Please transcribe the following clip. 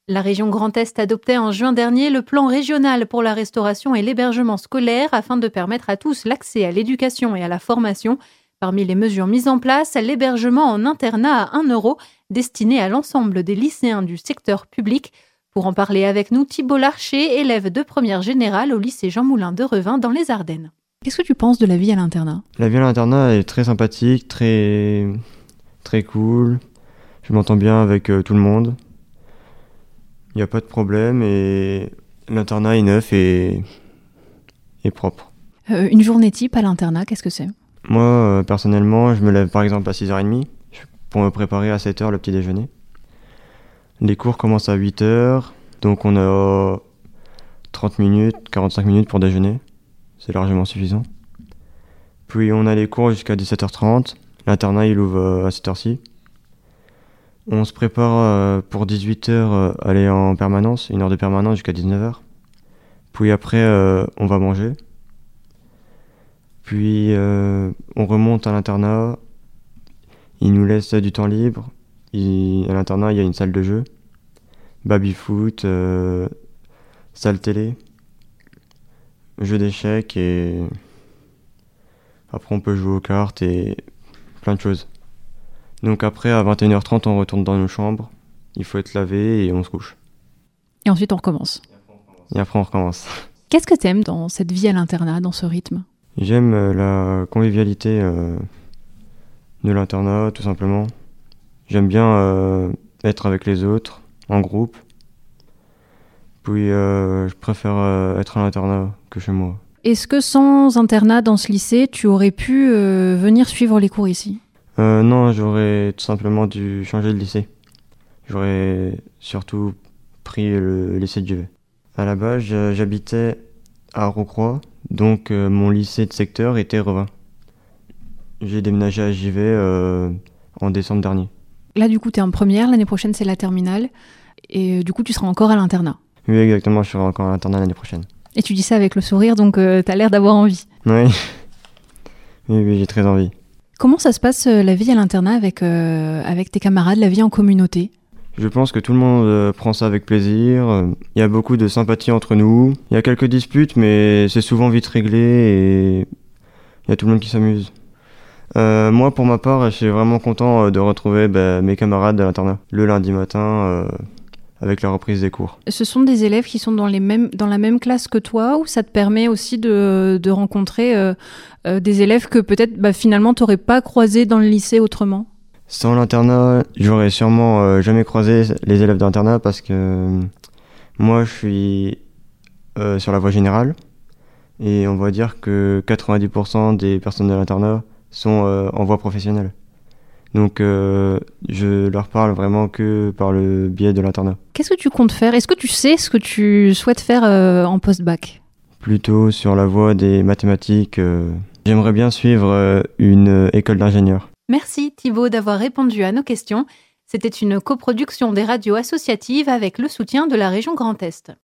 La région Grand Est adoptait en juin dernier le plan régional pour la restauration et l'hébergement scolaire afin de permettre à tous l'accès à l'éducation et à la formation. Parmi les mesures mises en place, l'hébergement en internat à 1 € destiné à l'ensemble des lycéens du secteur public. Pour en parler avec nous, Thibault Larcher, élève de première générale au lycée Jean Moulin de Revin dans les Ardennes. Qu'est-ce que tu penses de la vie à l'internat ? La vie à l'internat est très sympathique, très cool. Je m'entends bien avec tout le monde. Il n'y a pas de problème et l'internat est neuf et propre. Une journée type à l'internat, qu'est-ce que c'est ? Moi, personnellement, je me lève par exemple à 6h30 pour me préparer à 7h le petit déjeuner. Les cours commencent à 8h, donc on a 30 minutes, 45 minutes pour déjeuner. C'est largement suffisant. Puis on a les cours jusqu'à 17h30. L'internat, il ouvre à cette heure-ci. On se prépare pour 18h, aller en permanence, 1 heure de permanence jusqu'à 19h. Puis après, on va manger. Puis on remonte à l'internat. Ils nous laissent du temps libre. À l'internat, il y a une salle de jeu. Baby-foot, salle télé, jeu d'échecs et après on peut jouer aux cartes et plein de choses. Donc après, à 21h30, on retourne dans nos chambres. Il faut être lavé et on se couche. Et ensuite, on recommence. Et après, on recommence. Qu'est-ce que tu aimes dans cette vie à l'internat, dans ce rythme ? J'aime la convivialité de l'internat, tout simplement. J'aime bien être avec les autres, en groupe. Puis, je préfère être à l'internat que chez moi. Est-ce que sans internat dans ce lycée, tu aurais pu venir suivre les cours ici ? Non, j'aurais tout simplement dû changer de lycée. J'aurais surtout pris le lycée de Givet. À la base, j'habitais à Rocroi, donc mon lycée de secteur était Revin. J'ai déménagé à Givet en décembre dernier. Là, du coup, tu es en première, l'année prochaine, c'est la terminale, et du coup, tu seras encore à l'internat. Oui, exactement, je serai encore à l'internat l'année prochaine. Et tu dis ça avec le sourire, donc tu as l'air d'avoir envie. Oui, oui, j'ai très envie. Comment ça se passe la vie à l'internat avec tes camarades, la vie en communauté ? Je pense que tout le monde prend ça avec plaisir. Il y a beaucoup de sympathie entre nous. Il y a quelques disputes, mais c'est souvent vite réglé et il y a tout le monde qui s'amuse. Moi, pour ma part, je suis vraiment content de retrouver mes camarades de l'internat le lundi matin avec la reprise des cours. Ce sont des élèves qui sont dans la même classe que toi, ou ça te permet aussi de rencontrer des élèves que peut-être finalement tu n'aurais pas croisés dans le lycée autrement ? Sans l'internat, j'aurais sûrement jamais croisé les élèves d'internat parce que moi, je suis sur la voie générale et on va dire que 90% des personnes de l'internat sont en voie professionnelle. Donc, je leur parle vraiment que par le biais de l'internat. Qu'est-ce que tu comptes faire ? Est-ce que tu sais ce que tu souhaites faire en post-bac ? Plutôt sur la voie des mathématiques. J'aimerais bien suivre une école d'ingénieur. Merci Thibault d'avoir répondu à nos questions. C'était une coproduction des radios associatives avec le soutien de la région Grand Est.